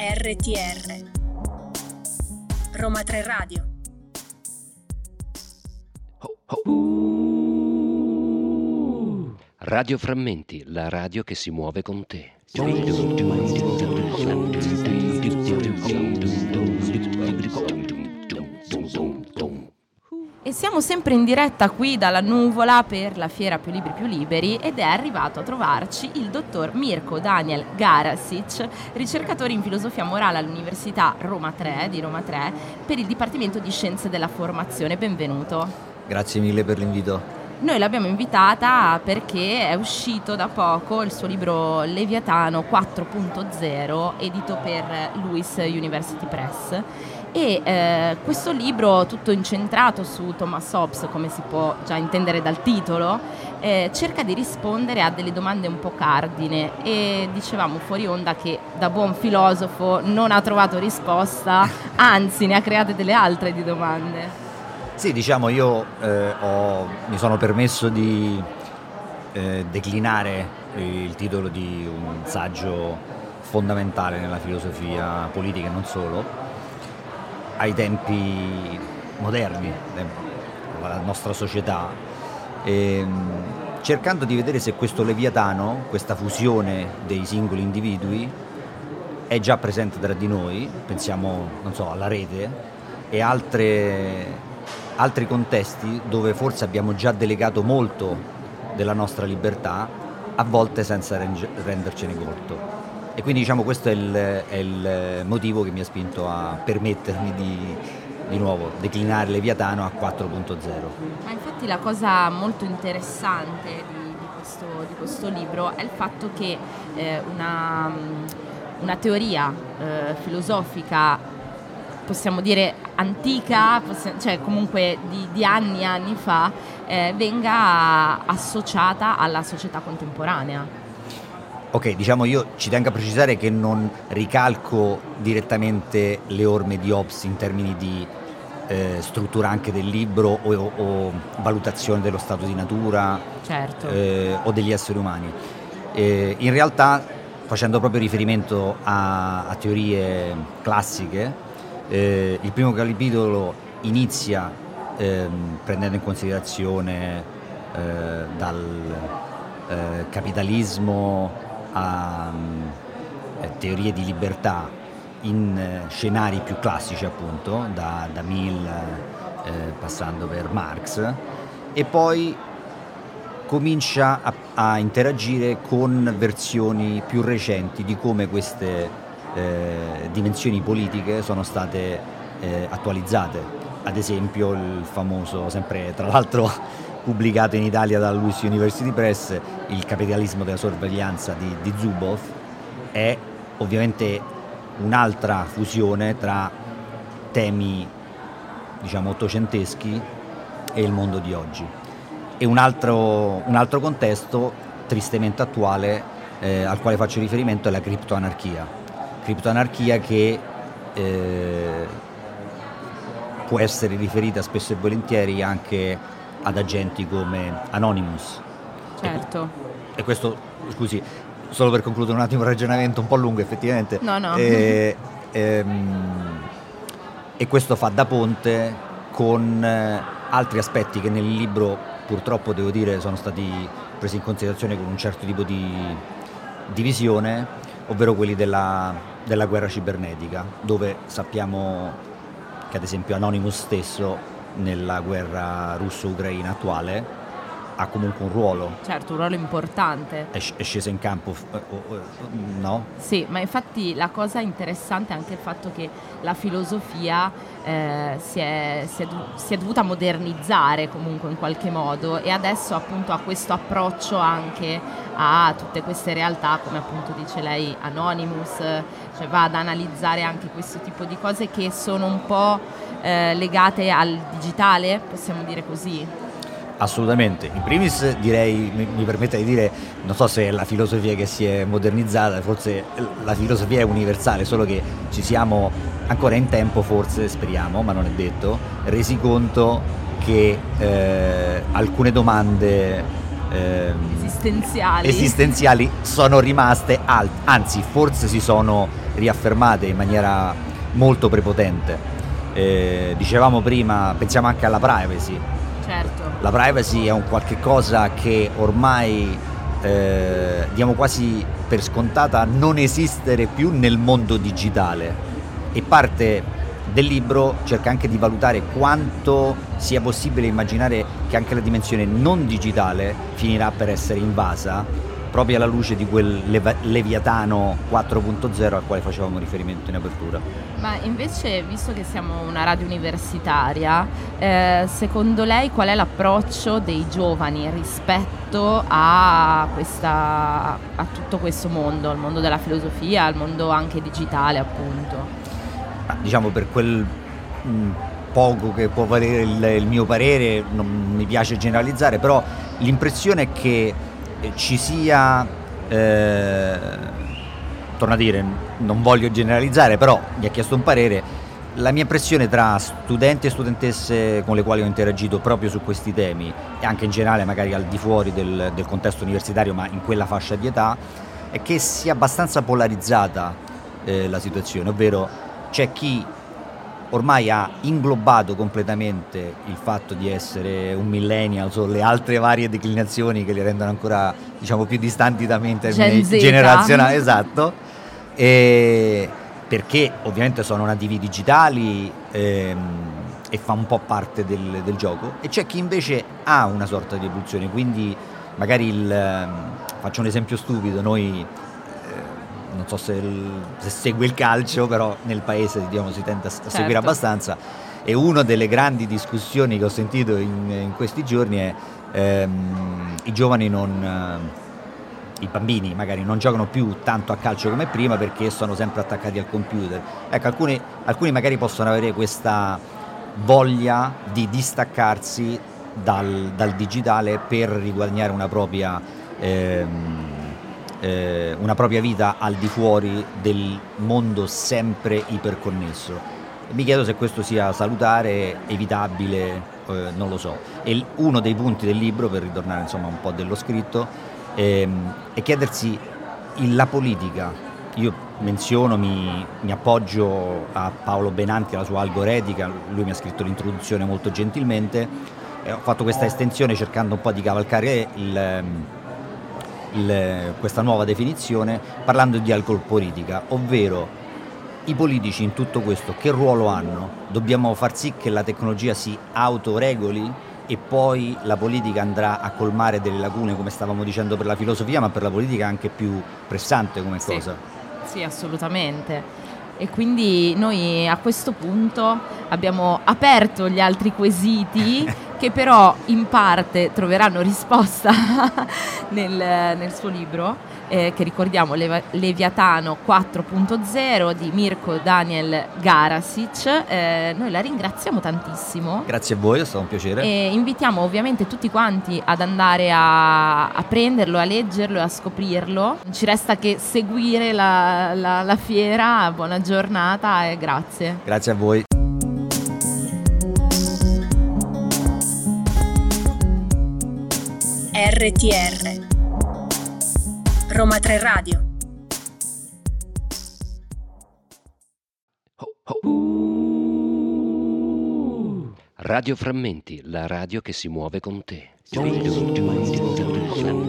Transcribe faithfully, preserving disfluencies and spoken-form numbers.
R T R Roma tre Radio. Radio Frammenti, la radio che si muove con te. E siamo sempre in diretta qui dalla Nuvola per la fiera Più Libri Più Liberi ed è arrivato a trovarci il dottor Mirko Daniel Garasic, ricercatore in filosofia morale all'Università Roma tre di Roma tre per il Dipartimento di Scienze della Formazione. Benvenuto. Grazie mille per l'invito. Noi l'abbiamo invitata perché è uscito da poco il suo libro Leviatano quattro punto zero, edito per Lewis University Press. E eh, questo libro, tutto incentrato su Thomas Hobbes, come si può già intendere dal titolo, eh, cerca di rispondere a delle domande un po' cardine e dicevamo fuori onda che da buon filosofo non ha trovato risposta, anzi ne ha create delle altre di domande. Sì, diciamo io eh, ho, mi sono permesso di eh, declinare il titolo di un saggio fondamentale nella filosofia politica e non solo, ai tempi moderni, la nostra società, ehm, cercando di vedere se questo Leviatano, questa fusione dei singoli individui, è già presente tra di noi, pensiamo, non so, alla rete e altre, altri contesti dove forse abbiamo già delegato molto della nostra libertà, a volte senza rendercene conto. E quindi diciamo questo è il, è il motivo che mi ha spinto a permettermi di, di nuovo, declinare Leviatano a quattro punto zero. Ma infatti la cosa molto interessante di, di, questo, di questo libro è il fatto che eh, una, una teoria eh, filosofica, possiamo dire antica, possiamo, cioè comunque di, di anni e anni fa, eh, venga associata alla società contemporanea. Ok, diciamo io ci tengo a precisare che non ricalco direttamente le orme di Hobbes in termini di eh, struttura anche del libro o, o valutazione dello stato di natura, certo. eh, o degli esseri umani. Eh, in realtà, facendo proprio riferimento a, a teorie classiche, eh, il primo capitolo inizia eh, prendendo in considerazione eh, dal eh, capitalismo a eh, teorie di libertà in eh, scenari più classici, appunto da, da Mill eh, passando per Marx, e poi comincia a, a interagire con versioni più recenti di come queste eh, dimensioni politiche sono state eh, attualizzate. Ad esempio il famoso, sempre tra l'altro pubblicato in Italia dalla Lewis University Press, Il capitalismo della sorveglianza di, di Zuboff, è ovviamente un'altra fusione tra temi, diciamo, ottocenteschi e il mondo di oggi. E un altro, un altro contesto tristemente attuale eh, al quale faccio riferimento è la criptoanarchia. Criptoanarchia che eh, può essere riferita spesso e volentieri anche ad agenti come Anonymous. Certo. E, e questo, scusi, solo per concludere un attimo un ragionamento un po' lungo effettivamente. No, no. E, ehm, e questo fa da ponte con eh, altri aspetti che nel libro purtroppo, devo dire, sono stati presi in considerazione con un certo tipo di, di visione, ovvero quelli della, della guerra cibernetica, dove sappiamo che ad esempio Anonymous stesso nella guerra russo-ucraina attuale ha comunque un ruolo. Certo, un ruolo importante. È, è scesa in campo, no? Sì, ma infatti la cosa interessante è anche il fatto che la filosofia eh, si, è, si, è, si è dovuta modernizzare comunque in qualche modo, e adesso appunto ha questo approccio anche a tutte queste realtà, come appunto dice lei Anonymous, cioè va ad analizzare anche questo tipo di cose che sono un po' eh, legate al digitale, possiamo dire così. Assolutamente, in primis direi, mi, mi permette di dire, non so se è la filosofia che si è modernizzata, forse la filosofia è universale, solo che ci siamo ancora in tempo, forse, speriamo, ma non è detto, resi conto che eh, alcune domande ehm, esistenziali. esistenziali sono rimaste alte, anzi forse si sono riaffermate in maniera molto prepotente. Eh, dicevamo prima, pensiamo anche alla privacy. Certo. La privacy è un qualche cosa che ormai eh, diamo quasi per scontata non esistere più nel mondo digitale, e parte del libro cerca anche di valutare quanto sia possibile immaginare che anche la dimensione non digitale finirà per essere invasa, proprio alla luce di quel Lev- Leviatano quattro punto zero al quale facevamo riferimento in apertura. Ma invece, visto che siamo una radio universitaria, eh, secondo lei qual è l'approccio dei giovani rispetto a, questa, a tutto questo mondo, al mondo della filosofia, al mondo anche digitale, appunto? Diciamo, per quel mh, poco che può valere il, il mio parere, non mi piace generalizzare, però l'impressione è che eh, ci sia, eh, torno a dire, non voglio generalizzare, però mi ha chiesto un parere, la mia impressione tra studenti e studentesse con le quali ho interagito proprio su questi temi, e anche in generale magari al di fuori del, del contesto universitario, ma in quella fascia di età, è che sia abbastanza polarizzata eh, la situazione, ovvero c'è chi ormai ha inglobato completamente il fatto di essere un millennial o le altre varie declinazioni che li rendono ancora, diciamo, più distanti da me in termini generazionali, esatto, e perché ovviamente sono nativi digitali ehm, e fa un po' parte del, del gioco, e c'è chi invece ha una sorta di evoluzione, quindi magari il, faccio un esempio stupido, noi non so se, il, se segue il calcio, però nel paese, diciamo, si tende a, a certo. seguire abbastanza, e una delle grandi discussioni che ho sentito in, in questi giorni è ehm, i giovani non eh, i bambini magari non giocano più tanto a calcio come prima perché sono sempre attaccati al computer. Ecco, alcuni, alcuni magari possono avere questa voglia di distaccarsi dal, dal digitale per riguadagnare una propria ehm, Eh, una propria vita al di fuori del mondo sempre iperconnesso. Mi chiedo se questo sia salutare, evitabile, eh, non lo so. E uno dei punti del libro, per ritornare insomma un po' dello scritto, ehm, è chiedersi la politica. Io menziono, mi, mi appoggio a Paolo Benanti, alla sua Algoretica, lui mi ha scritto l'introduzione molto gentilmente, e ho fatto questa estensione cercando un po' di cavalcare il Il, questa nuova definizione, parlando di alcolpolitica, ovvero i politici in tutto questo che ruolo hanno? Dobbiamo far sì che la tecnologia si autoregoli e poi la politica andrà a colmare delle lacune, come stavamo dicendo per la filosofia, ma per la politica anche più pressante come sì, cosa. Sì, assolutamente. E quindi noi a questo punto abbiamo aperto gli altri quesiti che però in parte troveranno risposta nel, nel suo libro, eh, che ricordiamo Lev- Leviatano quattro punto zero di Mirko Daniel Garasic. Eh, noi la ringraziamo tantissimo. Grazie a voi, è stato un piacere. E invitiamo ovviamente tutti quanti ad andare a, a prenderlo, a leggerlo e a scoprirlo. Non ci resta che seguire la, la, la fiera. Buona giornata e grazie. Grazie a voi. R T R Roma tre Radio. Radio Frammenti, la radio che si muove con te.